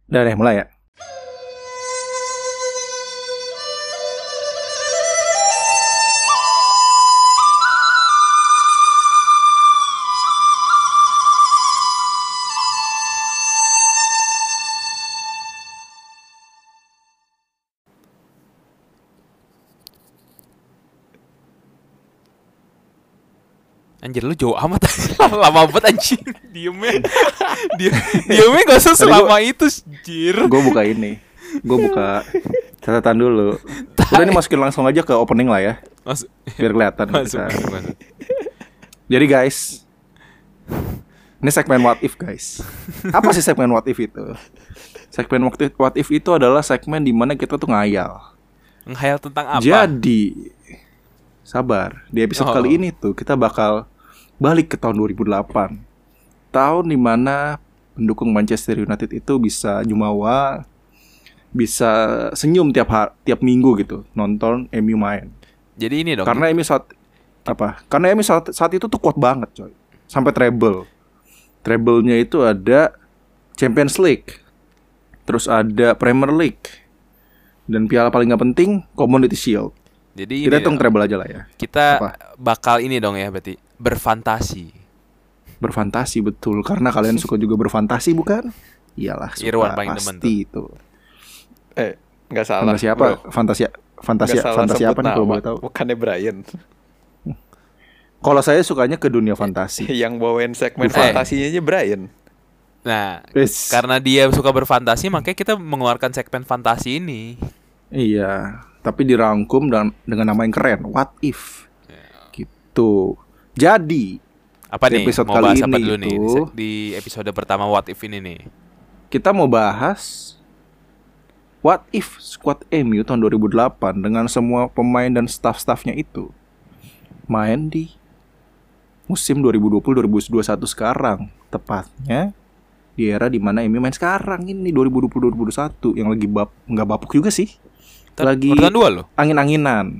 Udah deh, mulai ya. Anjir lu jauh amat. Lama banget anjing. Diemnya gak usah selama itu anjir. Gue buka ini. Gue buka catatan dulu. Udah ini masukin langsung aja ke opening lah ya. Biar kelihatan. Masuk. Jadi guys, ini segmen What If guys. Apa sih segmen What If itu? Segmen What If itu adalah segmen dimana kita tuh ngayal. Ngayal tentang apa? Jadi sabar. Di episode kali ini tuh kita bakal balik ke tahun 2008. Tahun dimana pendukung Manchester United itu bisa jumawa, bisa senyum tiap minggu gitu nonton MU main. Jadi ini dong. Karena MU saat itu tuh kuat banget coy. Sampai treble. Treble-nya itu ada Champions League. Terus ada Premier League. Dan piala paling gak penting Community Shield. Jadi kita hitung treble aja lah ya. Kita bakal ini dong ya berarti berfantasi. Berfantasi betul. Karena kalian suka juga berfantasi bukan? Iyalah suka. Irwan paling pasti itu. Gak salah. Fantasi apa? Fantasi apa nih kalau boleh tahu? Bukannya Brian. Kalau saya sukanya ke dunia fantasi. Yang bawain segmen fantasinya aja Brian. Nah, karena dia suka berfantasi, makanya kita mengeluarkan segmen fantasi ini. Iya, tapi dirangkum dengan nama yang keren, What If. Gitu. Jadi, apa nih? Episode mau kali bahas ini apa dulu nih itu, di episode pertama What If ini nih? Kita mau bahas What If squad MU tahun 2008 dengan semua pemain dan staff-staffnya itu main di musim 2020-2021 sekarang. Tepatnya di era dimana MU main sekarang ini 2020-2021 yang lagi nggak bapuk juga sih. Lagi dua loh. Angin-anginan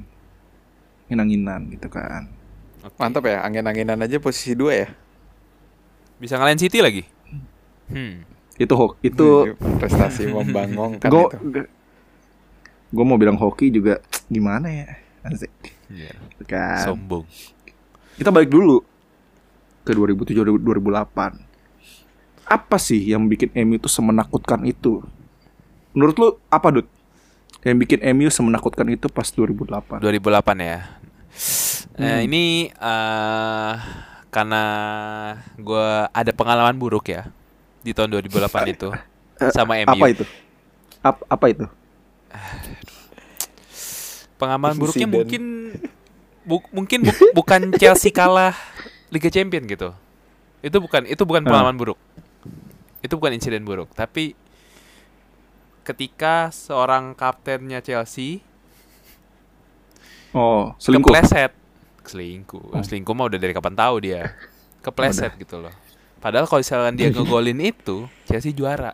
gitu kan. Okay. Mantap ya, angin-anginan aja posisi 2 ya. Bisa ngalahin City lagi. Itu prestasi membangongkan itu. Gue mau bilang hoki juga gimana ya? Asik. Yeah. Kan. Sombong. Kita balik dulu ke 2007-2008. Apa sih yang bikin MU itu semenakutkan itu? Menurut lu apa, Dut? Yang bikin MU semenakutkan itu pas 2008? 2008 ya. Ini karena gue ada pengalaman buruk ya di tahun 2008 itu sama MU. Apa itu? Apa itu? Pengalaman buruknya mungkin bukan Chelsea kalah Liga Champion gitu. Itu bukan pengalaman buruk. Itu bukan insiden buruk, tapi ketika seorang kaptennya Chelsea kepleset. Selingkuh mah udah dari kapan tahu dia. Kepleset gitu loh. Padahal kalau misalkan dia ngegolin itu, Chelsea juara.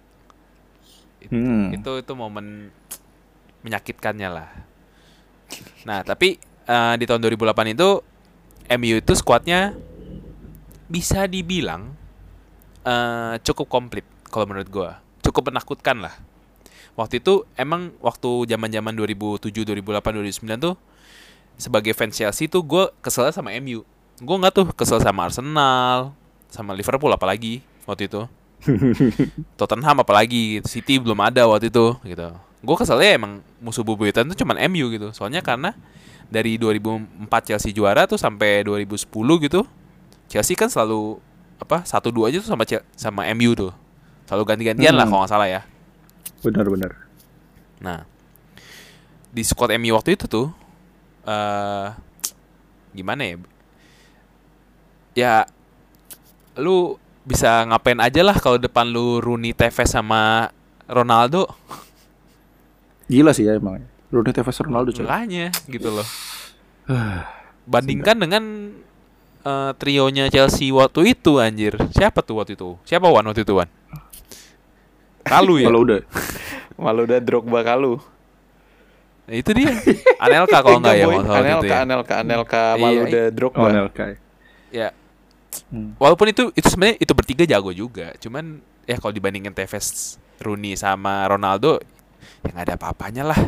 Itu momen menyakitkannya lah. Nah, tapi di tahun 2008 itu MU itu skuadnya bisa dibilang cukup komplit kalau menurut gue. Cukup menakutkan lah. Waktu itu emang waktu zaman-zaman 2007, 2008, 2009 tuh sebagai fans Chelsea tuh gue kesel sama MU. Gue nggak tuh kesel sama Arsenal, sama Liverpool apalagi waktu itu. Tottenham apalagi, City belum ada waktu itu gitu. Gue keselnya emang musuh bebuyutan tuh cuman MU gitu. Soalnya karena dari 2004 Chelsea juara tuh sampai 2010 gitu, Chelsea kan selalu 1-2 aja tuh sama MU tuh. Selalu ganti-gantian lah kalau nggak salah ya. Benar. Nah, di squad MU waktu itu tuh gimana ya? Ya, lu bisa ngapain aja lah kalau depan lu Rooney, Tevez sama Ronaldo. Gila sih ya emang. Rooney, Tevez, Ronaldo coy. Makanya gitu loh. Bandingkan dengan trionya Chelsea waktu itu anjir. Siapa tuh waktu itu? Siapa Wan waktu itu Wan? Kalu ya? Maluda Drogba Kalu. Nah, itu dia. Anelka kalau enggak ya Anelka Maluda Drogba. Anelka. Ya. Walaupun itu sebenarnya itu bertiga jago juga. Cuman ya kalau dibandingin Tevez Rooney sama Ronaldo ya nggak ada apa-apanya lah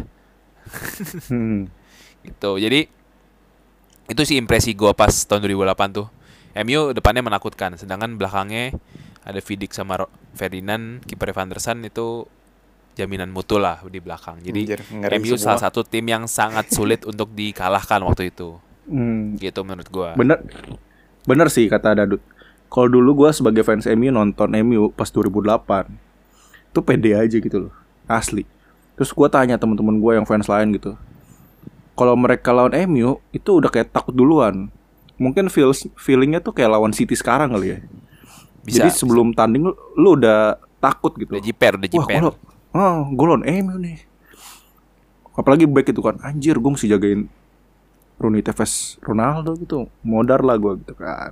gitu. Jadi itu sih impresi gue pas tahun 2008 tuh. MU depannya menakutkan, sedangkan belakangnya ada Vidic sama Ferdinand, kiper Van der Sar itu jaminan mutu lah di belakang. Jadi Anjir, ngeri MU semua. salah satu tim yang sangat sulit untuk dikalahkan waktu itu. Gitu menurut gue. Bener sih kata Dadut. Kalau dulu gue sebagai fans MU nonton MU pas 2008 tuh pede aja gitu loh, asli. Terus gue tanya teman-teman gue yang fans lain gitu, kalau mereka lawan MU itu udah kayak takut duluan. Mungkin feelingnya tuh kayak lawan City sekarang kali ya. Bisa, Jadi sebelum tanding lu udah takut gitu. Udah jiper. Wah, gue lawan MU nih. Apalagi back itu kan, anjir gue mesti jagain Rooney, Tevez, Ronaldo gitu. Modar lah gue gitu kan.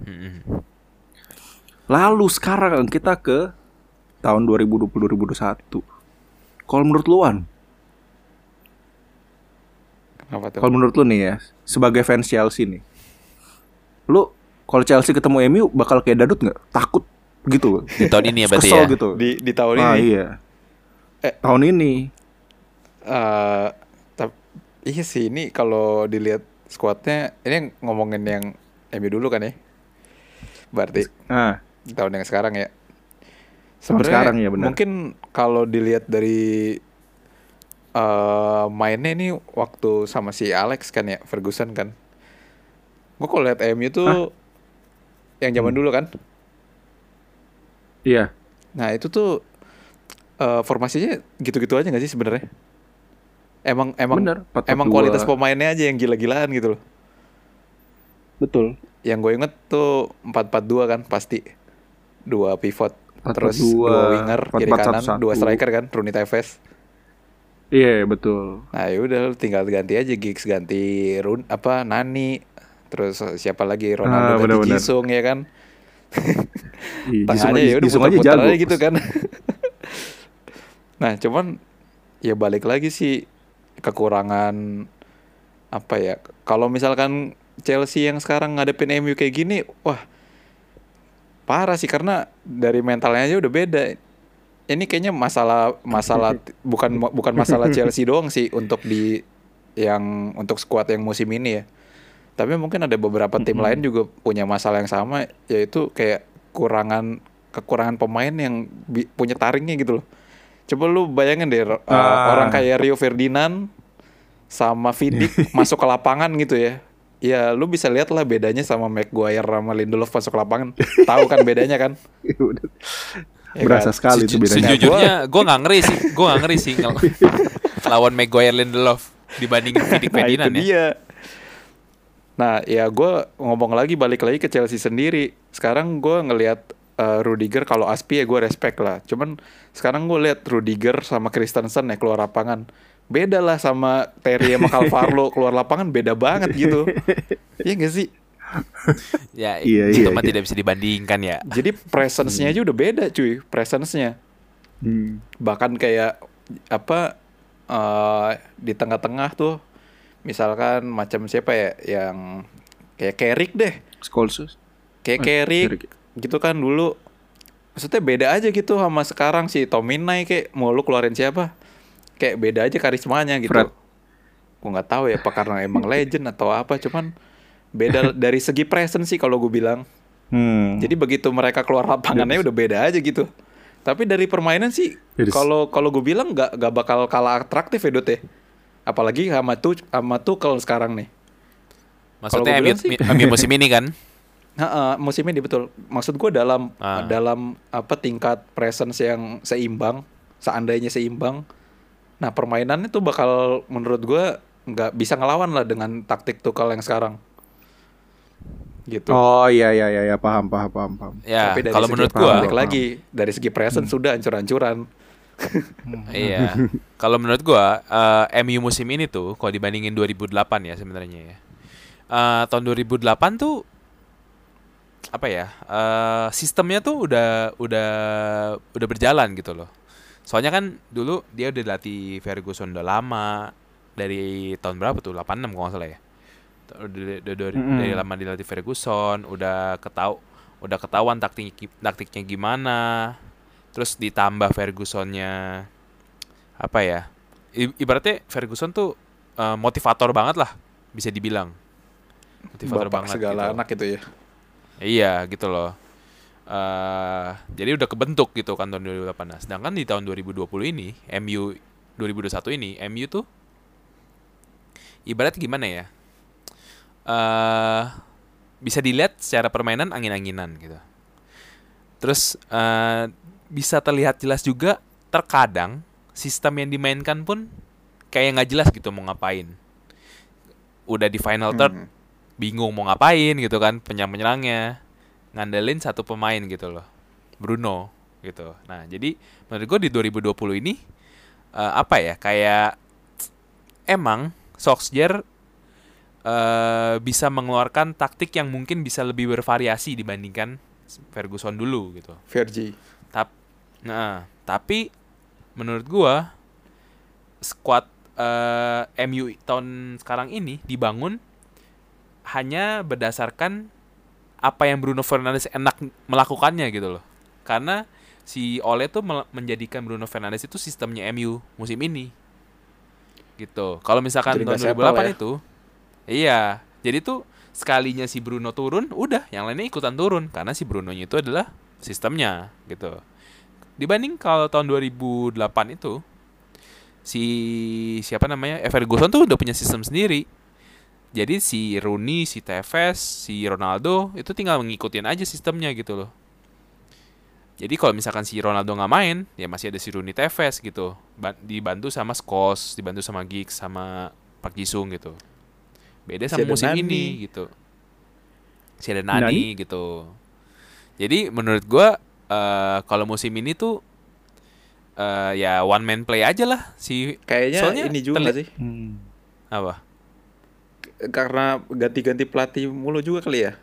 Lalu sekarang kita ke tahun 2020-2021. Kalau menurut lu Wan, Apa tuh? kalau menurut lu nih ya, sebagai fans Chelsea nih, lu kalau Chelsea ketemu MU bakal kayak Dadut nggak? Takut gitu? Di tahun ini ya berarti Kesel ya. gitu. Di tahun Ah ini. iya. Tahun ini. Iya sih, ini kalau dilihat squadnya, ini ngomongin yang MU dulu kan ya. Berarti di tahun yang sekarang ya. Sebenarnya sekarang ya, benar. mungkin kalau dilihat dari mainnya ini waktu sama si Alex kan ya, Ferguson kan. Gue kalau lihat MU tuh yang zaman dulu kan. Iya. Nah itu tuh formasinya gitu-gitu aja nggak sih sebenarnya? Emang Bener, 4-4-2. emang kualitas pemainnya aja yang gila-gilaan gitu loh. Betul. Yang gue inget tuh 4-4-2 kan pasti. 2 pivot, 4-4-2, terus 2 winger kiri kanan, 4-4-1-1. 2 striker kan, Rooney, Tevez. Iya, betul. Nah yaudah tinggal ganti aja Giggs, ganti Nani, terus siapa lagi, Ronaldo ganti bener-bener. Jisung ya kan. Iya, Tengahnya ya udah Jisung aja putar-putar jago. aja gitu kan. Nah cuman ya balik lagi sih kekurangan apa ya, kalau misalkan Chelsea yang sekarang ngadepin MU kayak gini, wah parah sih, karena dari mentalnya aja udah beda. Ini kayaknya masalah bukan masalah Chelsea doang sih untuk untuk skuad yang musim ini ya. Tapi mungkin ada beberapa tim lain juga punya masalah yang sama, yaitu kayak kekurangan pemain yang punya taringnya gitu loh. Coba lu bayangin deh orang kayak Rio Ferdinand sama Vidic masuk ke lapangan gitu ya. Ya lu bisa lihat lah bedanya sama Maguire sama Lindelof masuk ke lapangan. Tahu kan bedanya kan? Ya Berasa kan? sekali itu bedanya. Sejujurnya gue nggak ngeri sih lawan Maguire Lindelof dibandingin Vidic Nah itu Ferdinand ya. dia. Nah ya gue balik lagi ke Chelsea sendiri. Sekarang gue ngelihat Rudiger, kalau Aspi ya gue respect lah. Cuman sekarang gue lihat Rudiger sama Christensen ya keluar lapangan, beda lah sama Terry sama Calvarlo keluar lapangan, beda banget gitu. Iya gak sih? Ya Iya, itu iya, mah iya. tidak bisa dibandingkan ya. Jadi presence-nya aja udah beda cuy, presence-nya. Bahkan kayak di tengah-tengah tuh, misalkan macam siapa ya, yang kayak Carrick deh, Scholes. kayak Carrick gitu kan dulu. Maksudnya beda aja gitu sama sekarang si Tominay, kayak mau lu keluarin siapa, kayak beda aja karismanya gitu. Fred. Gue nggak tahu ya, apa karena emang legend atau apa, cuman beda dari segi presence sih kalau gue bilang. Jadi begitu mereka keluar lapangannya udah beda aja gitu. Tapi dari permainan sih, kalau gue bilang nggak bakal kalah atraktif ya Dot ya. Apalagi sama Tuchel sekarang nih. Maksudnya Kalau gua bilang sih- MU musim ini kan. Musim ini betul. Maksud gue dalam tingkat presence yang seimbang, seandainya seimbang. Nah permainannya tuh bakal menurut gue nggak bisa ngelawan lah dengan taktik Tuchel yang sekarang. Gitu. Oh iya paham. Ya Tapi dari kalau segi menurut paham, gua balik lagi dari segi presence sudah hancur-hancuran. iya. Kalau menurut gua MU musim ini tuh kalau dibandingin 2008 ya sebenarnya ya. Tahun 2008 tuh apa ya? Sistemnya tuh udah berjalan gitu loh. Soalnya kan dulu dia udah dilatih Ferguson udah lama, dari tahun berapa tuh? 86 kalau nggak salah ya. Dari lama dilatih Ferguson, udah ketahuan taktiknya gimana. Terus ditambah Fergusonnya apa ya? Ibaratnya Ferguson tuh motivator banget lah, bisa dibilang. Motivator Bapak banget segala gitu. anak itu ya. Iya, gitu loh. Jadi udah kebentuk gitu kan tahun 2008. Nah, sedangkan di tahun 2020 ini, MU 2021 ini, MU tuh ibarat gimana ya? Bisa dilihat secara permainan angin-anginan gitu. Terus bisa terlihat jelas juga terkadang sistem yang dimainkan pun kayak nggak jelas gitu mau ngapain. Udah di final third bingung mau ngapain gitu kan penyerang-penyerangnya, ngandelin satu pemain gitu loh, Bruno gitu. Nah jadi menurut gue di 2020 ini apa ya, kayak emang Solskjaer bisa mengeluarkan taktik yang mungkin bisa lebih bervariasi dibandingkan Ferguson dulu gitu. Vergi. Tapi menurut gua squad MU tahun sekarang ini dibangun hanya berdasarkan apa yang Bruno Fernandes enak melakukannya gitu loh. Karena si Ole tuh menjadikan Bruno Fernandes itu sistemnya MU musim ini. Gitu. Kalau misalkan Jadi tahun nggak 2008 settle ya? itu, iya. Jadi tuh sekalinya si Bruno turun, udah yang lainnya ikutan turun karena si Brunonya itu adalah sistemnya gitu. Dibanding kalau tahun 2008 itu si siapa namanya Ferguson tuh udah punya sistem sendiri. Jadi si Rooney, si Tevez, si Ronaldo itu tinggal ngikutin aja sistemnya gitu loh. Jadi kalau misalkan si Ronaldo nggak main, ya masih ada si Rooney, Tevez gitu. Dibantu sama Scholes, dibantu sama Giggs, sama Park Ji-sung gitu. Beda sama Si ada musim Nani. ini gitu. Si ada Nani gitu. Jadi menurut gua kalau musim ini tuh ya one man play aja lah si. Kayaknya soalnya ini juga nggak sih? Apa? Karena ganti-ganti pelatih mulu juga kali ya.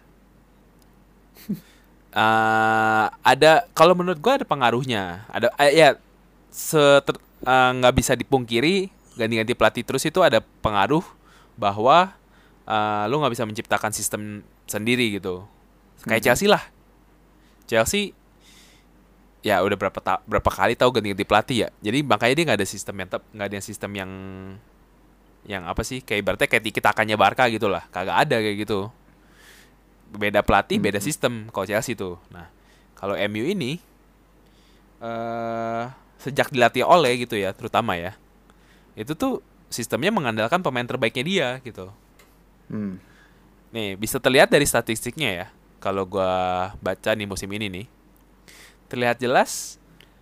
Ada, kalau menurut gua ada pengaruhnya. Ada ya nggak bisa dipungkiri ganti-ganti pelatih terus itu ada pengaruh bahwa lu nggak bisa menciptakan sistem sendiri gitu. Kayak Chelsea lah. Chelsea ya udah berapa kali tahu ganti-ganti pelatih ya. Jadi makanya dia nggak ada sistem nggak ada sistem yang apa sih, kayak ibaratnya kayak tiki-takanya Barca gitu lah. Kagak ada kayak gitu. Beda pelatih, beda sistem kalau Chelsea tuh. Nah, kalau MU ini sejak dilatih oleh gitu ya, terutama ya. Itu tuh sistemnya mengandalkan pemain terbaiknya dia gitu. Nih, bisa terlihat dari statistiknya ya. Kalau gua baca nih musim ini nih, terlihat jelas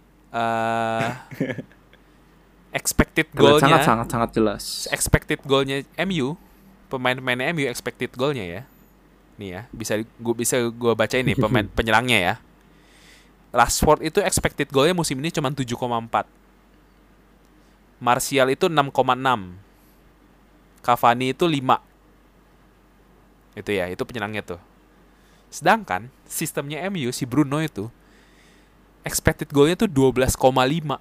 expected goalnya sangat jelas. expected goalnya MU, pemain-pemain MU expected goalnya ya. Nih ya, bisa gua bacain nih pemain penyerangnya ya. Rashford itu expected goalnya musim ini cuma 7,4. Martial itu 6,6. Cavani itu 5. Itu ya, itu penyerangnya tuh. Sedangkan sistemnya MU si Bruno itu expected goalnya tuh 12,5.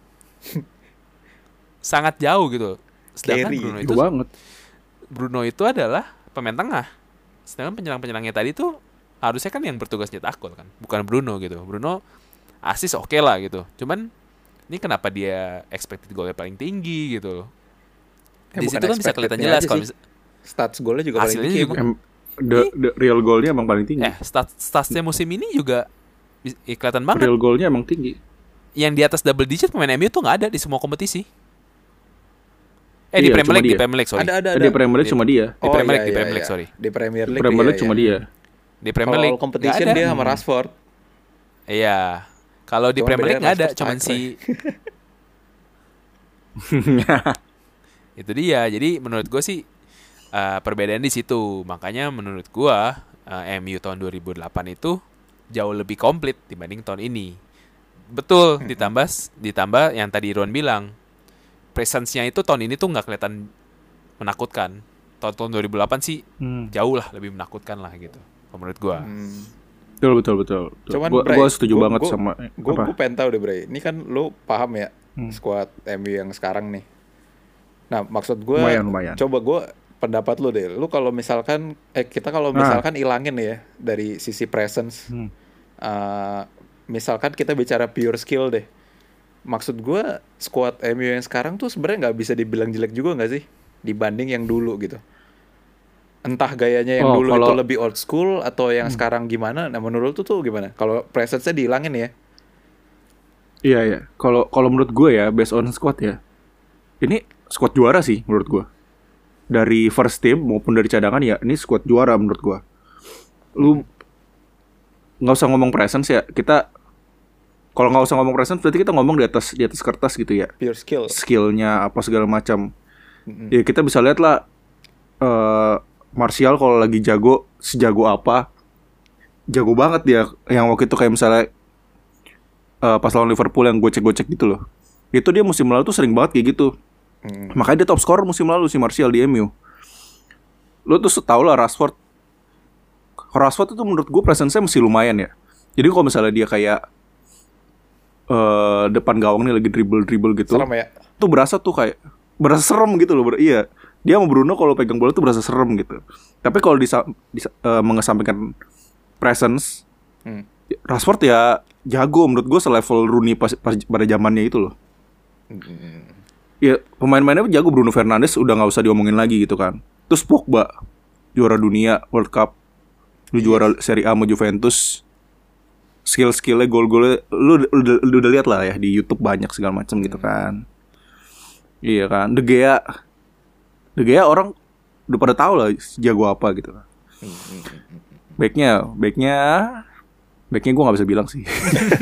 Sangat jauh gitu. Sedangkan Carry. Bruno itu adalah pemain tengah. Sedangkan penyerang-penyerangnya tadi tuh harusnya kan yang bertugas nyetak gol kan, bukan Bruno gitu. Bruno assist oke lah gitu. Cuman ini kenapa dia expected golnya paling tinggi gitu. Di situ kan bisa kelihatan jelas kalau stats golnya juga paling hasilnya tinggi. juga. The real goalnya emang paling tinggi. Statsnya musim ini juga kelihatan banget. Real goalnya emang tinggi. Yang di atas double digit pemain MU tuh nggak ada di semua kompetisi. Di Iya, Premier cuma League, dia. di Premier League, sorry. Ada. Di Premier League cuma dia. Di Premier League, sorry. Di Premier League. Premier League cuma dia. Di Premier Kalau League competition nggak ada. dia sama Rashford. Iya. Kalau di Cuman Premier League bedanya nggak ada, Rashford cuman striker. Itu dia. Jadi menurut gue sih perbedaan di situ. Makanya menurut gue MU tahun 2008 itu jauh lebih komplit dibanding tahun ini. Betul, ditambah yang tadi Irwan bilang, presence-nya itu tahun ini tuh nggak kelihatan menakutkan. Tahun 2008 sih jauh lah lebih menakutkan lah gitu. Menurut gue. Betul. Cuman Gue setuju banget sama gue pengen tahu deh Bray. Ini kan lo paham ya squad MU yang sekarang nih. Nah maksud gue, lumayan. coba gue pendapat lo deh. Lo kalau misalkan kita kalau misalkan ilangin ya dari sisi presence misalkan kita bicara pure skill deh. Maksud gue squad MU yang sekarang tuh sebenarnya nggak bisa dibilang jelek juga nggak sih dibanding yang dulu gitu. Entah gayanya yang dulu itu lebih old school atau yang sekarang gimana. Nah menurut tuh gimana? Kalau presence-nya dihilangin ya? Iya ya. Kalau menurut gue ya based on squad ya. Ini squad juara sih menurut gue. Dari first team maupun dari cadangan ya ini squad juara menurut gue. Lu nggak usah ngomong presence ya. Kita kalau nggak usah ngomong presence berarti kita ngomong di atas kertas gitu ya. Pure skill. Skillnya apa segala macam. Ya kita bisa lihat lah. Martial kalau lagi jago sejago apa, jago banget dia. Yang waktu itu kayak misalnya pas lawan Liverpool yang gocek-gocek gitu loh. Itu dia musim lalu tuh sering banget kayak gitu. Makanya dia top scorer musim lalu si Martial di MU. Lo tuh tau lah Rashford itu menurut gue presence-nya masih lumayan ya. Jadi kalau misalnya dia kayak depan gawang nih lagi dribble gitu, serem ya? Tuh berasa serem gitu loh. Iya. Dia sama Bruno kalau pegang bola tuh berasa serem gitu. Tapi kalau mengesampingkan presence, Rashford ya jago menurut gue selevel Rooney pada zamannya itu loh. Ya pemain-pemainnya jago. Bruno Fernandes udah nggak usah diomongin lagi gitu kan. Terus Pogba juara dunia World Cup, lu juara Serie A sama Juventus, skill-skillnya gol-golnya lu udah lihat lah ya di YouTube banyak segala macam gitu kan. Iya kan. De Gea orang udah pada tahu lah jago apa gitu. Backnya gue nggak bisa bilang sih.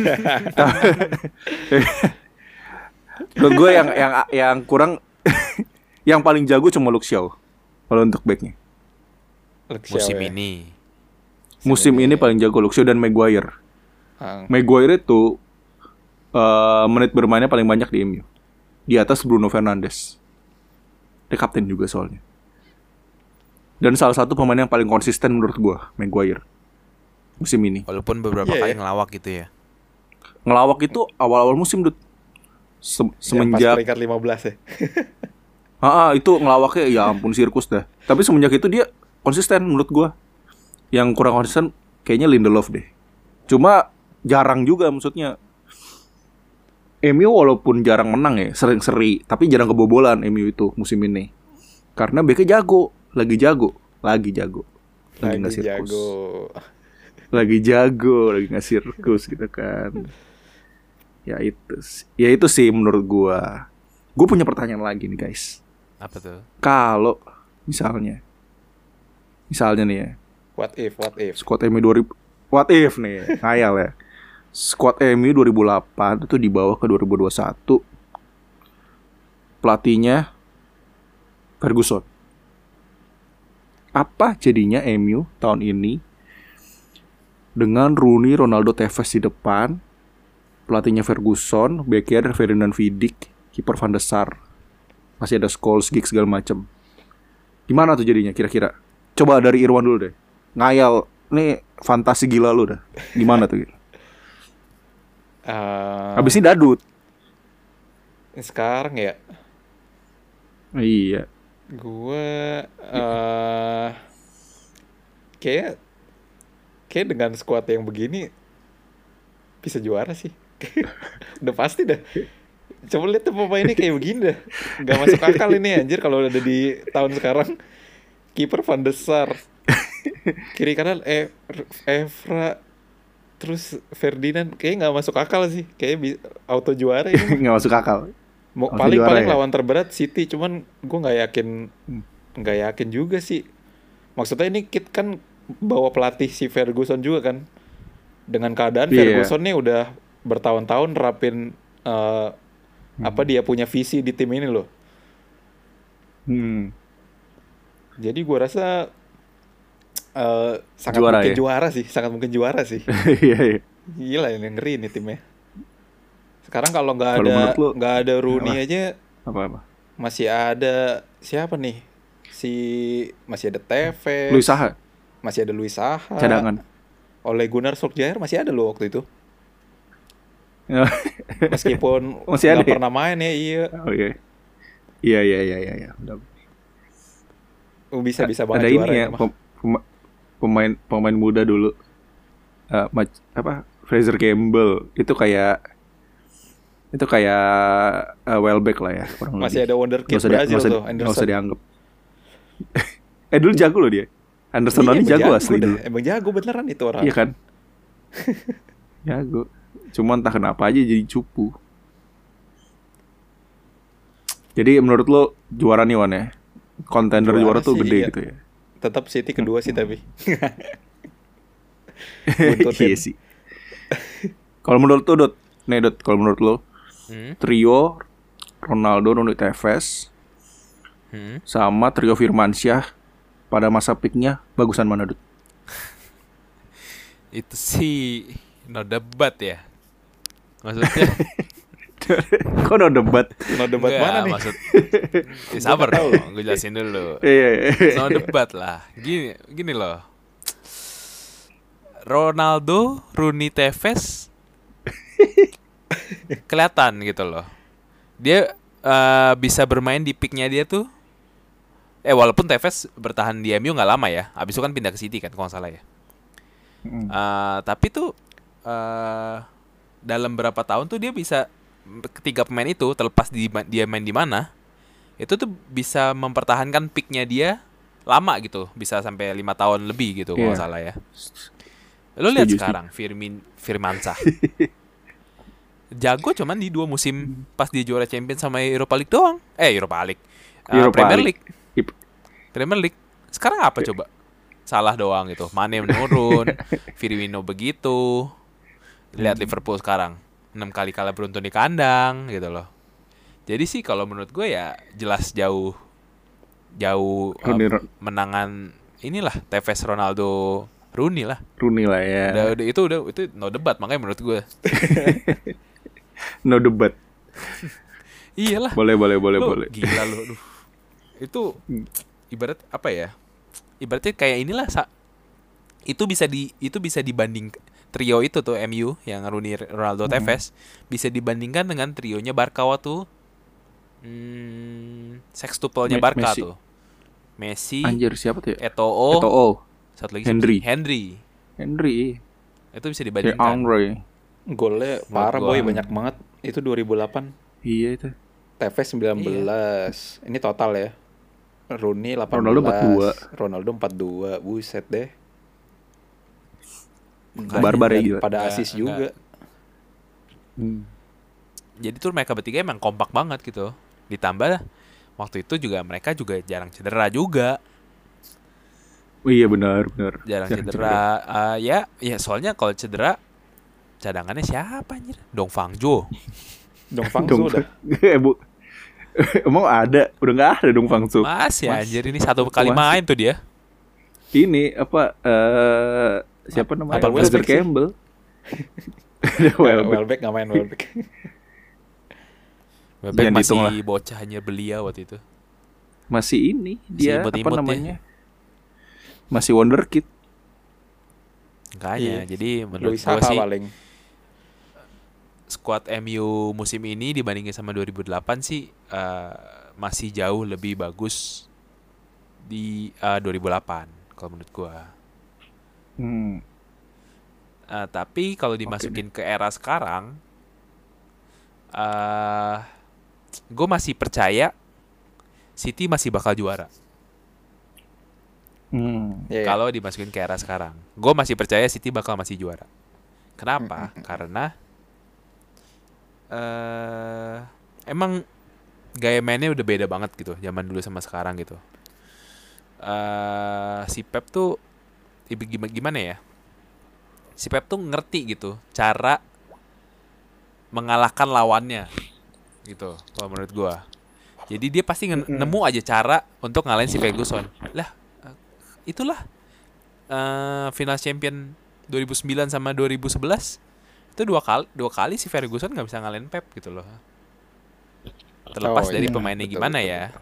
Menurut gue yang kurang, yang paling jago cuma Luke Shaw kalau untuk backnya. Musim ini paling jago Luke Shaw dan Maguire. Maguire itu menit bermainnya paling banyak di MU, di atas Bruno Fernandes. Dia kapten juga soalnya. Dan salah satu pemain yang paling konsisten menurut gue, Maguire musim ini. Walaupun beberapa kali ngelawak gitu ya. Ngelawak itu awal-awal musim tuh. Semenjak pas peringkat 15 ya. Itu ngelawaknya ya ampun sirkus dah. Tapi semenjak itu dia konsisten menurut gue. Yang kurang konsisten kayaknya Lindelof deh. Cuma jarang juga maksudnya. MU walaupun jarang menang ya, sering seri, tapi jarang kebobolan MU itu musim ini. Karena BK jago, lagi ngasih sirkus. Lagi ngasih sirkus gitu kan. Ya itu sih menurut gua. Gua punya pertanyaan lagi nih guys. Apa tuh? Kalau misalnya nih ya. What if? Squad MU 2000. What if nih, ngayal ya. Squad MU 2008 itu dibawa ke 2021. Pelatihnya Ferguson. Apa jadinya MU tahun ini dengan Rooney, Ronaldo, Tevez di depan, pelatihnya Ferguson, backnya Ferdinand Vidic, kiper Van der Sar, masih ada Scholes, Giggs segala macam. Gimana tuh jadinya kira-kira? Coba dari Irwan dulu deh. Ngayal, nih fantasi gila lu dah. Gimana tuh? Habis ini Dadut. Sekarang ya. Iya. Gue kayak dengan squad yang begini bisa juara sih. Udah pasti dah. Coba lihat tuh pemainnya kayak begini dah. Gak masuk akal ini anjir kalau udah di tahun sekarang. Kiper Van der Sar, kiri kanan Evra, terus Ferdinand, kayaknya nggak masuk akal sih. Kayaknya auto juara ini. Nggak masuk akal. Paling ya? Lawan terberat City, cuman gue nggak yakin juga sih. Maksudnya ini Kit kan bawa pelatih si Ferguson juga kan. Dengan keadaan Ferguson nih udah bertahun-tahun nerapin apa dia punya visi di tim ini loh. Jadi gue rasa sangat mungkin juara sih. Iya. Gila ini ngeri nih timnya. Sekarang kalau nggak ada Rooney aja, apa? Masih ada siapa nih? Masih ada Tevez. Masih ada Luis Saha. Cadangan. Ole Gunnar Solskjaer masih ada loh waktu itu. Meskipun nggak pernah main ya, iya. Oh iya. Iya. Bisa banget ada juara ini ya, pemain muda dulu. Fraser Campbell itu kayak Welbeck lah ya. Masih ada wonderkid Brazil tuh, Nggak Anderson. usah dianggap. Dulu jago loh dia. Anderson Iya, ini emang jago asli dah. dulu. Emang jago beneran itu orang. Iya kan? Jago. Cuman entah kenapa aja jadi cupu. Jadi menurut lo juara nih Wan ya? Contender juara tuh sih, gede iya. gitu ya? Tetap City kedua sih tapi. Iya sih. Kalau menurut lo Dot, kalau menurut lo trio Ronaldo, Nuno Tevez sama trio Firmansyah pada masa peaknya bagusan mana Dut? Itu sih no debat ya. Maksudnya Kok no debat? No debat enggak, mana nih? maksud sabar dong, gue jelasin dulu. Iya. No debat lah. Gini loh. Ronaldo, Rooney, Tevez kelihatan gitu loh. Dia bisa bermain di peaknya dia tuh. Walaupun Tevez bertahan di MU nggak lama ya. Abis itu kan pindah ke City kan kalau nggak salah ya. Tapi tuh dalam berapa tahun tuh dia bisa, ketiga pemain itu terlepas dia main di mana, itu tuh bisa mempertahankan peaknya dia lama gitu, bisa sampai 5 tahun lebih gitu kalau nggak salah ya. Lo lihat sekarang Firmansyah jago cuman di 2 musim pas dia juara Champions sama Europa League doang. Premier League. Premier League. Sekarang apa coba? Salah doang gitu. Mane menurun, Firmino begitu. Lihat Liverpool sekarang 6 kali kalah beruntun di kandang gitu loh. Jadi sih kalau menurut gue ya jelas jauh menangan inilah Tevez, Ronaldo, Rooney lah ya. Udah itu no debat, makanya menurut gue. No debat. Iyalah. Boleh. Gila lu. Aduh. Itu ibarat apa ya? Ibaratnya kayak inilah itu bisa dibanding trio itu tuh MU yang Rooney, Ronaldo, Tevez bisa dibandingkan dengan trionya Barca waktu sextuple-nya Barca Messi. tuh. Messi, Anjir siapa tuh ya? Eto'o. Satu lagi Henry. Itu bisa Kayak dibandingkan. Angre. Golnya parah boy, banyak banget. Itu 2008. Iya itu. Tevez 19. Ini total ya. Rooney 18. Ronaldo 42. Buset deh. Barbar ya gila. Pada asis juga. Jadi tuh mereka bertiga emang kompak banget gitu. Ditambah waktu itu juga mereka juga jarang cedera juga. Oh iya benar. Jarang cedera. Ya soalnya kalau cedera cadangannya siapa anjir? Dong Fangjo. Dong Fangzo udah. Emang ada? Udah nggak ada Dong Fangzo. Masih anjir, ini satu kali main tuh dia. Ini apa? Siapa namanya? Welbeck Fraser Campbell. Welbeck nggak main Welbeck. Welbeck Jangan dihitung masih bocahnya belia waktu itu. Masih ini dia apa imut-imut namanya? Masih wonderkid. Makanya, jadi menurut Luis gue Saha sih paling. skuad MU musim ini dibandingin sama 2008 sih masih jauh lebih bagus di 2008 kalau menurut gue. Tapi kalau dimasukin ke era sekarang, gue masih percaya City masih bakal juara. Kalau dimasukin ke era sekarang, gue masih percaya City bakal masih juara. Kenapa? Karena emang gaya mainnya udah beda banget gitu, zaman dulu sama sekarang gitu. Si Pep tuh gimana ya? Si Pep tuh ngerti gitu cara mengalahkan lawannya gitu, kalau menurut gue. Jadi dia pasti nemu aja cara untuk ngalahin si Ferguson. Lah, itulah final champion 2009 sama 2011 itu dua kali si Ferguson nggak bisa ngalahin Pep gitu loh. Terlepas dari pemainnya gimana ya.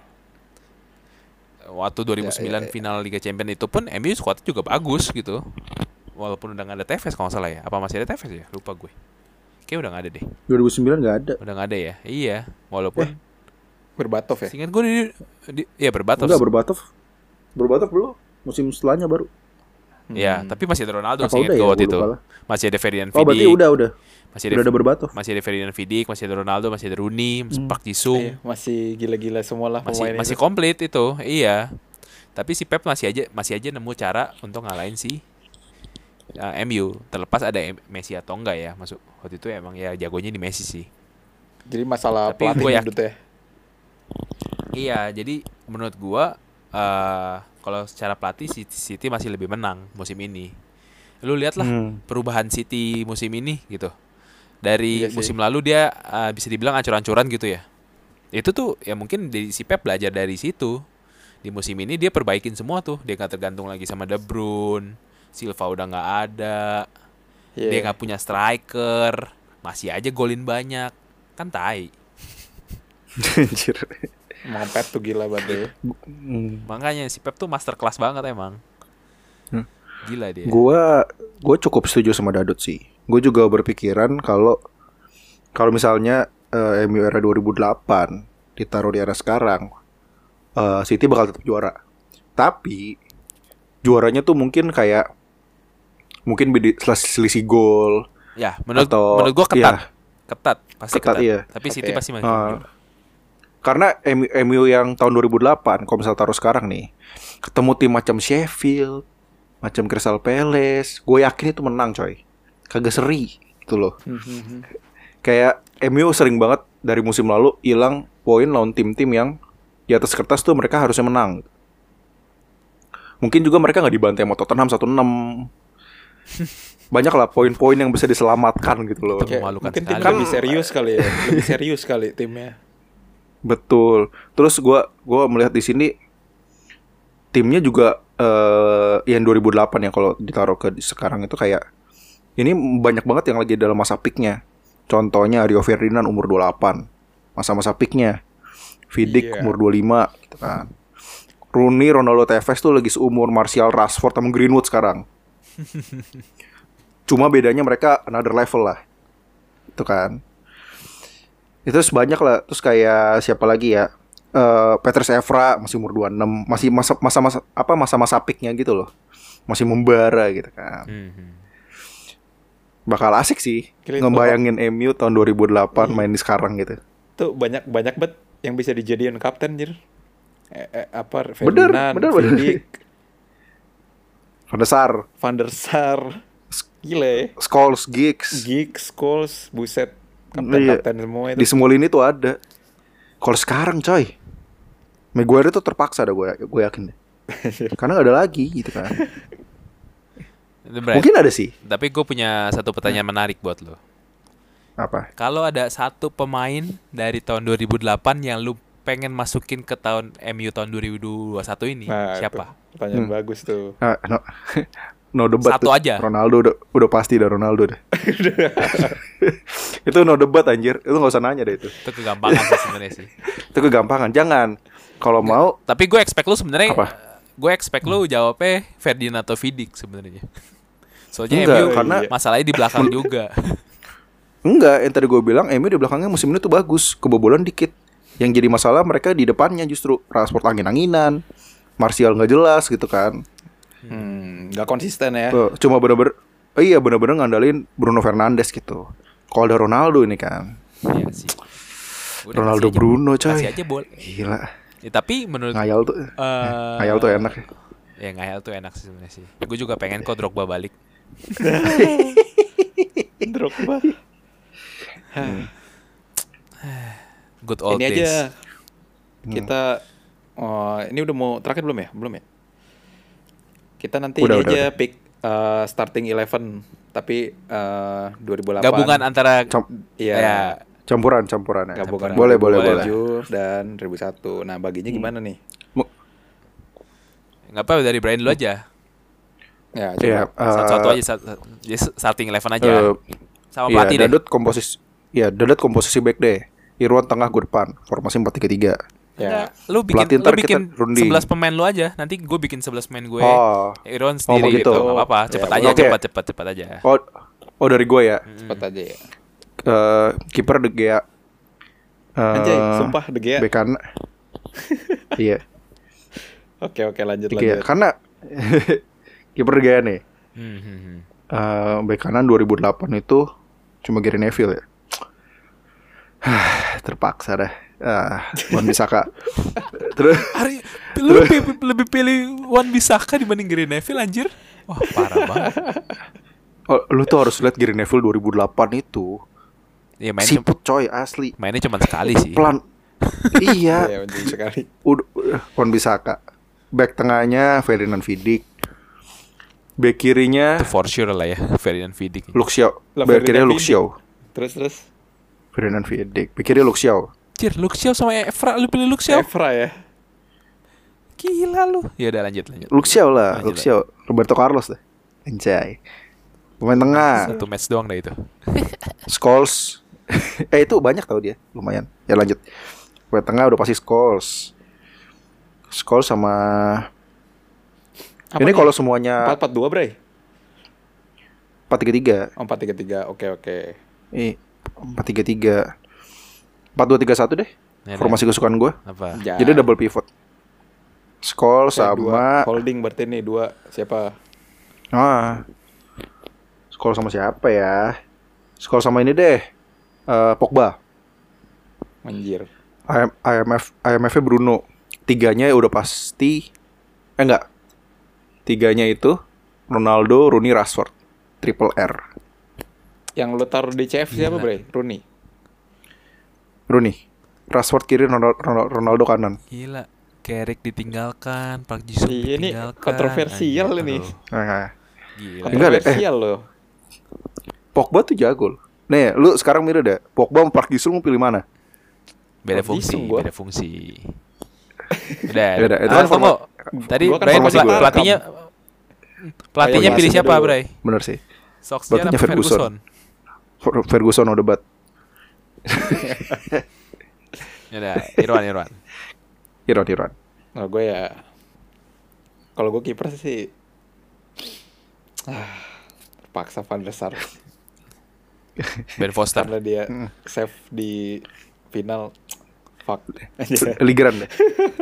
Waktu 2009 final Liga Champions itu pun MU squadnya juga bagus gitu. Walaupun udah nggak ada Tevez kalau nggak salah ya. Apa masih ada Tevez ya? Lupa gue. Kayaknya udah nggak ada deh. 2009 nggak ada. Udah nggak ada ya. Iya. Walaupun Berbatov ya. seingat gue iya Berbatov. Enggak Berbatov belum. Musim setelahnya baru. Ya, tapi masih ada Ronaldo Apa sih udah ingat ya? gue waktu Gua itu. lupa lah. Masih ada Ferdinand Oh berarti Vidic. udah. Masih Udah ada berbatuh. Masih ada Ferdinand Vidic, masih ada Ronaldo, masih ada Rooney, Park Ji-sung. Iya, masih gila-gila semua lah Masih pemain masih itu. komplit itu. Iya. Tapi si Pep masih aja nemu cara untuk ngalahin si MU. Terlepas ada Messi atau enggak ya. Masuk waktu itu emang ya jagonya di Messi sih. Jadi masalah Tapi pelatih gua menurut ya. Iya, jadi menurut gua kalau secara pelatih City masih lebih menang musim ini. Lu lihatlah perubahan City musim ini gitu. Dari Iya sih. musim lalu dia bisa dibilang ancur-ancuran gitu ya. Itu tuh ya mungkin si Pep belajar dari situ. Di musim ini dia perbaikin semua tuh. Dia nggak tergantung lagi sama De Bruyne, Silva udah nggak ada, Iya. dia nggak punya striker, masih aja golin banyak, kan tai. Anjir. Emang Pep tuh gila banget ya. Makanya si Pep tuh masterclass banget emang. Gila dia. Gue cukup setuju sama Dadut sih. Gue juga berpikiran kalau misalnya MU era 2008 ditaruh di era sekarang, City bakal tetap juara. Tapi juaranya tuh mungkin beda selisih gol. Ya, menurut gua ketat. Ketat, pasti ketat. Iya. Tapi City pasti masih Karena MU yang tahun 2008, kalau misal taruh sekarang nih, ketemu tim macam Sheffield, macam Crystal Palace, gue yakin itu menang coy. Kagak seri gitu loh. Kayak MU sering banget dari musim lalu hilang poin lawan tim-tim yang di atas kertas tuh mereka harusnya menang. Mungkin juga mereka nggak dibantai sama Tottenham 1-6. Banyak lah poin-poin yang bisa diselamatkan gitu loh. Itu memalukan Mungkin tim sekali. lebih serius kali ya. Lebih serius kali timnya. Betul. Terus gue melihat di sini timnya juga yang 2008 ya, kalau ditaruh ke sekarang itu kayak ini banyak banget yang lagi dalam masa peaknya. Contohnya Rio Ferdinand umur 28, masa-masa peaknya. Vidic Iya. umur 25 gitu kan. Rooney, Ronaldo, Tevez tuh lagi seumur Martial, Rashford sama Greenwood sekarang. Cuma bedanya mereka another level lah. Itu kan. Itu banyak lah. Terus kayak siapa lagi ya? Peter Evra masih umur 26, masih masa-masa peaknya gitu loh. Masih membara gitu kan. Bakal asik sih Gila, ngebayangin MU tahun 2008 main di sekarang gitu. Tuh banyak banget yang bisa dijadiin kapten jir. Ferdinand, Bener. Vidic, Van der Sar, gila ya. Scholes, Giggs. Scholes, buset. Iya. Kapten semua Di itu. semua lini tuh ada. Kalau sekarang coy, Maguire tuh terpaksa dah gue yakin deh. Karena gak ada lagi gitu kan. Mungkin ada sih. Tapi gue punya satu pertanyaan menarik buat lo. Apa? Kalau ada satu pemain dari tahun 2008 yang lu pengen masukin ke tahun MU tahun 2021 ini, Nah, siapa? itu pertanyaan bagus tuh. No debat Satu tuh. aja. Ronaldo udah pasti dah Ronaldo deh. Itu no debat anjir. Itu gak usah nanya deh itu. Itu kegampangan sih sebenarnya sih. Itu kegampangan. Jangan. Kalau mau Tapi gue expect lu sebenarnya, Apa? gue expect lu jawabnya Ferdinand atau Vidic sebenarnya. Soalnya Enggak, MU karena- masalahnya di belakang juga. enggak, yang tadi gue bilang MU di belakangnya musim ini tuh bagus, kebobolan dikit. Yang jadi masalah mereka di depannya justru Rashford angin-anginan, Martial nggak jelas gitu kan. Gak konsisten ya. Cuma bener-bener ngandalin Bruno Fernandes gitu. Kalau ada Ronaldo ini kan, Iya sih. Udah, Ronaldo kasih aja- Bruno coy. Kasih aja boleh. Gila, Ya, tapi menurut ngayal tuh enak ya. Ya ngayal tuh enak sih sebenarnya sih. Gue juga pengen kok Drogba balik. Drogba. Good old Ini days. aja kita ini udah mau terakhir belum ya? Belum ya? Kita nanti Udah. pick starting 11 tapi 2008. Gabungan antara Iya. ya, Campuran ya. Gabungan Boleh. 2007 dan 2001. Nah, baginya gimana nih? nggak apa dari Brian dulu aja. Ya, Iya, coba. Satu-satu aja starting 11 aja. Sama iya, pelatih deh. Dadut komposisi back deh. Irwan tengah, gue depan. Formasi 4-3-3. Ya. Lu Pelatih bikin ntar kita runding. 11 pemain lu aja. Nanti gue bikin 11 pemain gue. Oh. Iron sendiri begitu. gitu. Enggak apa-apa, cepet Ya, aja, oke. cepat aja. Oh dari gue ya. Cepet aja ya. Kiper De Gea. Anjay, sumpah De Gea. Bek kanan. Iya. Oke, lanjut. Karena Kiper gaya nih. Hmm. Bek kanan 2008 itu cuma Gary Neville ya. Terpaksa dah. Wan Bissaka. Terus Ari, lu lebih pilih Wan Bissaka dibanding Gary Neville anjir. Wah, parah banget. lu tuh harus lihat Gary Neville 2008 itu. Ya Siput coy asli. mainnya cuma sekali sih. Pelan. Iya. Iya, betul sekali. Wan Bissaka. Back tengahnya Ferdinand Vidic. Back kirinya Itu for sure lah ya, Ferdinand Vidic. Luxiao. Lah, Back kirinya Ferdinand Luxiao. Terus Ferdinand Vidic. Back kirinya Luxiao. Anjir, Luxiao sama Evra, lu pilih Luxiao? Evra ya. Gila lu. Ya udah lanjut. Luxiao lah, Lanjut, Luxiao. Roberto Carlos deh. Anjay. Pemain tengah. Satu match doang dah itu. Scholes. Itu banyak tau dia, lumayan. Ya lanjut. Pemain tengah udah pasti Scholes. Scholes sama Apa ini nih? kalau semuanya 4-4-2, Bray. 4-3-3. Oh, 4-3-3. Oke. 4-3-3. 4-2-3-1 deh. Ya, Formasi kesukaan gue. apa? Ya. Jadi double pivot. Scholes Kayak dua sama holding berarti nih, dua siapa? Scholes sama siapa ya? Scholes sama ini deh. Pogba. Anjir. IMF-nya Bruno. Tiganya udah pasti. Enggak. Tiganya itu Ronaldo, Rooney, Rashford. Triple R. Yang lu taruh di CF siapa, Bray? Rooney. Rooney. Rashford kiri, Ronaldo kanan. Gila. Carrick ditinggalkan, Park Ji-sung Iya, ini ditinggalkan. kontroversial Anjir, ini. aduh, Nah, Gila. Enggak deh, Kontroversial loh. Pogba tuh jago loh. Nih, lu sekarang mirip deh. Pogba sama Park Ji-sung mau pilih mana? Beda Park fungsi, Ji-sung gua. beda fungsi. Udah. Ya udah, itu kan tunggu. Tadi gua kan Bray formasi gua. pelatihnya Oh, iya, pilih iya, siapa, dulu. Bray? Bener sih. Solskjaer Pelatihnya apa Ferguson. Ferguson? Ferguson udah debat. Ya udah, Irwan. Iron. Nah, gue ya, kalau gue kiper sih terpaksa Van der Sar Ben Foster. karena dia save di final. Fuck. Ligeran deh.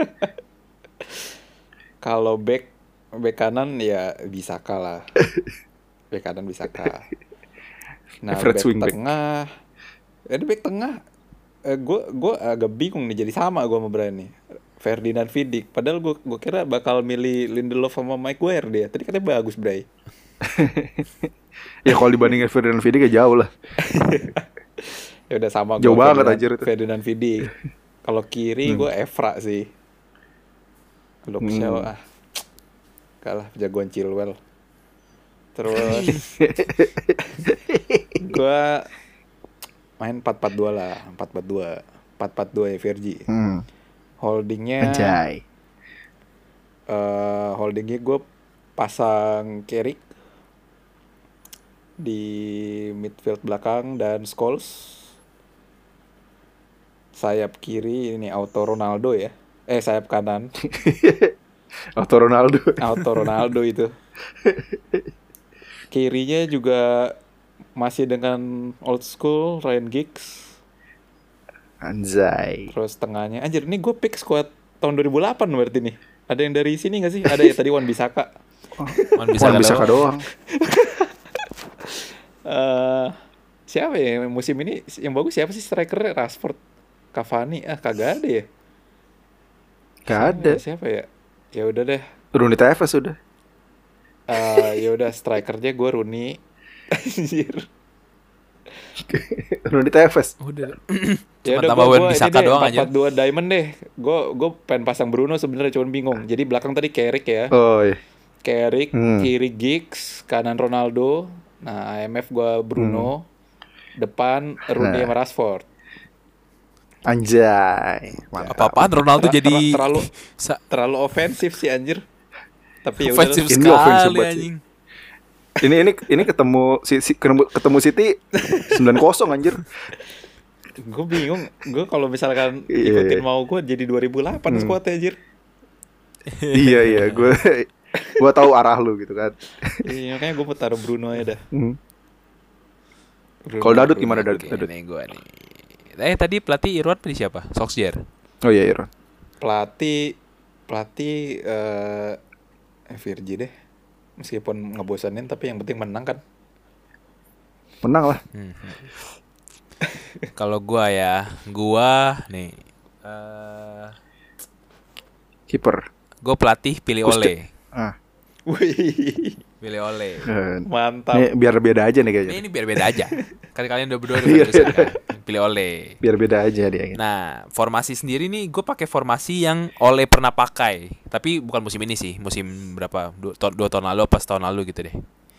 Kalau back kanan ya bisa kalah. Back kanan bisa kalah. Nah, Fred back Swingback. tengah. Back tengah. Gue agak bingung nih, jadi sama gue sama Brian nih. Ferdinand Vidic. Padahal gue kira bakal milih Lindelof sama Mike Maguire dia. Tadi katanya bagus, Bray. Ya kalau dibandingin Ferdinand Vidic ya jauh lah. Ya udah sama. Jauh gua banget Ferdinand- anjir itu. Ferdinand Vidic. Kalau kiri gue Evra sih. Luxiao kalah jagoan Chilwell. Terus gue main 4-4-2 lah, 4-4-2. 4-4-2 ya Vergi. Holdingnya Anjay. holdingnya gue pasang Carrick di midfield belakang dan Scholes. Sayap kiri ini auto Ronaldo ya. Sayap kanan Auto Ronaldo. auto Ronaldo itu. Kirinya juga masih dengan old school Ryan Giggs. Anjay. Terus tengahnya anjir, ini gue pick squad tahun 2008 berarti nih. Ada yang dari sini gak sih? Ada ya tadi Wan Bissaka. Wan Bissaka Bisa doang. doang. Siapa ya musim ini yang bagus, siapa sih strikernya? Rashford, Cavani, kagak ada ya. Gak ada. Siapa ya? Ya udah deh. Rooney Tevez udah. Ya udah strikernya gue Rooney. Anjir. Rooney Tevez. Udah. Ya Cuma udah tambah gue Wan Bissaka doang aja. 4-4-2 diamond deh. Gue pengen pasang Bruno sebenarnya, cuman bingung. Jadi belakang tadi Carrick ya. Oh iya. Carrick, kiri Giggs, kanan Ronaldo. Nah, IMF gue Bruno. Depan Rooney sama Rashford. Anjay. Mantap. Apa-apaan Ronaldo jadi Terlalu ofensif sih anjir. Tapi ya udah. ofensif Ini ofensif sekali banget sih. anjing. Ini ketemu City 9-0 anjir. Gue bingung. Gue kalau misalkan Iya. ikutin mau gue jadi 2008 squadnya anjir. Iya, gue tahu arah lu gitu kan. Iya, makanya gue mau taruh Bruno aja dah. Bruno, Kalau Dadut Bruno. gimana Oke, Dadut? nih gua nih. Tadi pelatih Irwan pilih siapa? Solskjaer. Oh iya, Iron. Pelatih Virgi deh. Meskipun ngebosenin tapi yang penting menang kan. Menang lah. Kalau gua nih Kiper. gue pelatih pilih Ole. Wih, Pilih Ole. mantap. Ini biar beda aja nih kayaknya. Ini biar beda aja. Kan kalian udah berdua udah pada kan. Pilih Ole. Biar beda aja dia. Gitu. Nah, formasi sendiri nih gue pakai formasi yang Ole pernah pakai. Tapi bukan musim ini sih. Musim berapa? 2 tahun lalu apa setahun lalu gitu deh.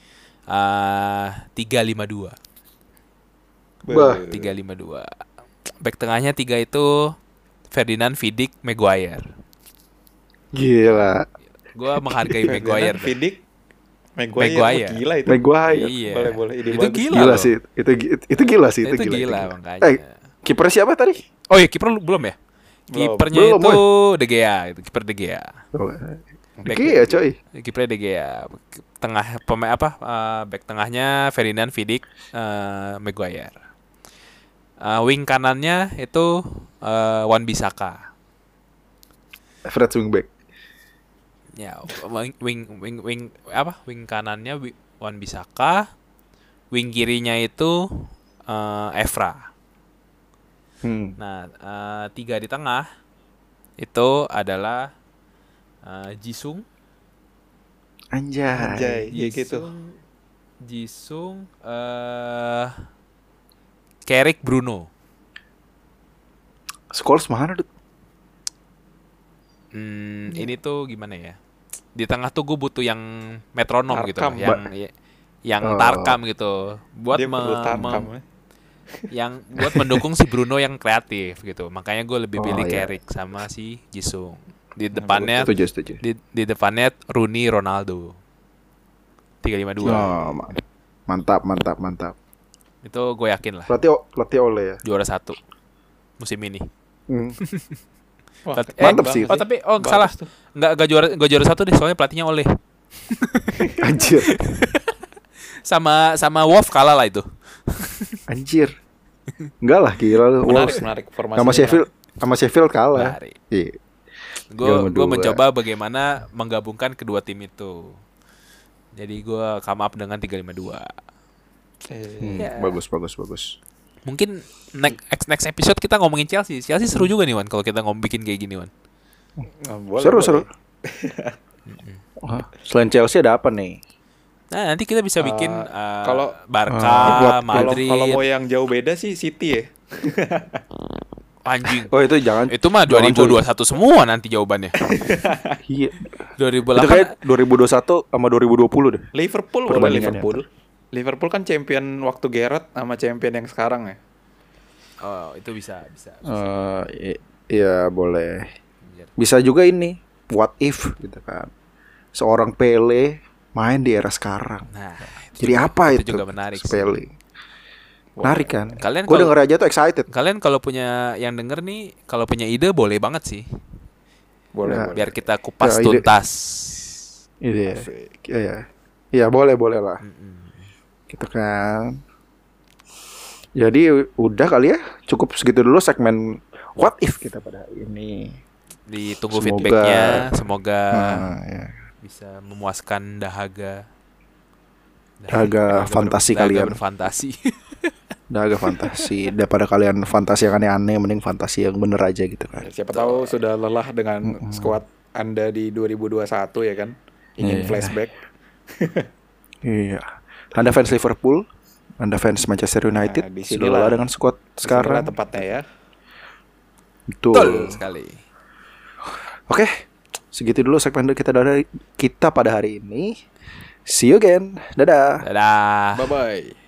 3-5-2. Bah. 3-5-2. Back tengahnya 3 itu Ferdinand, Vidic, Maguire. Gila. Gue menghargai Maguire. Vidic, Maguire. Wah, gila itu. Maguire. Iya. Boleh. Ide Itu bagus. gila Gila loh. sih. Itu gila sih. Itu gila makanya. Kiper siapa tadi? Oh iya, kiper belum ya? Kipernya Belum, itu De Gea, itu kiper De Gea. Iya coy. Kipernya De Gea. Tengah pemain apa? Back tengahnya Ferdinand, Vidic, Maguire. Wing kanannya itu Wan-Bissaka. Fred wingback. Ya, wing apa? Wing kanannya Wan-Bissaka. Wing kirinya itu Evra. Nah, 3 di tengah itu adalah Jisung. Anjay, ya gitu. Jisung, Carrick, Bruno. Scholes mana tuh? Ini tuh gimana ya? Di tengah tuh gue butuh yang metronom gitu, Tarkam, yang tarkam gitu, buat Dia perlu tarkam, ya. yang buat mendukung si Bruno yang kreatif gitu. Makanya gue lebih pilih iya. Carrick sama si Jisung. Di depannya Setuju. di depannya Rooney, Ronaldo. 3-5-2. Oh, mantap. Itu gue yakin lah Pelatih Ole ya. juara 1 musim ini. Wah, mantap sih. Tapi Bagus salah. tuh. Enggak juara 1 deh, soalnya pelatihnya Ole. Anjir. sama Wolf kalah lah itu. Anjir. Enggak lah gila lu. Menarik formasi. Sama Sheffield kalah. Menarik. Iya. Gue mencoba bagaimana menggabungkan kedua tim itu. Jadi gue come up dengan 3-5-2. Ya. Bagus. Mungkin next episode kita ngomongin Chelsea. Chelsea seru juga nih Wan kalau kita bikin kayak gini Wan. Seru. Selain Chelsea ada apa nih? Nah nanti kita bisa bikin kalau Barca, Madrid. Kalau mau yang jauh beda sih City ya. Anjing. Oh itu jangan. Itu mah 2021 semua nanti jawabannya. Iya. 2008. Itu kayak 2021 sama 2020 deh. Liverpool Perbandingannya. Liverpool kan champion waktu Gerrard sama champion yang sekarang ya. Oh, itu bisa. Iya boleh. Bisa juga ini. What if gitu kan. Seorang Pele main di era sekarang. Nah, Jadi apa itu? juga menarik sih. Pele. Menarik kan? Kalian Gue denger aja tuh excited. Kalian kalau punya yang denger nih, kalau punya ide boleh banget sih. Boleh. Biar kita kupas Ya, ide. tuntas. Iya boleh lah. Gitu kan. Jadi udah kali ya. Cukup segitu dulu segmen What If kita pada hari ini. Ditunggu Semoga- feedbacknya. Semoga Ya. bisa memuaskan dahaga Fantasi kalian. berfantasi. Dahaga fantasi. Daripada kalian fantasi yang aneh-aneh, mending fantasi yang bener aja gitu kan. Siapa tahu sudah lelah dengan skuad Anda di 2021 ya kan. Ingin Iya. flashback. Iya. Anda fans Liverpool, Anda fans Manchester United, Nah, di sudah sinilah- lelah dengan squad Disinilah sekarang. tempatnya ya. Betul sekali. Oke, segitu dulu segmen kita pada hari ini. See you again. Dadah. Dadah. Bye bye.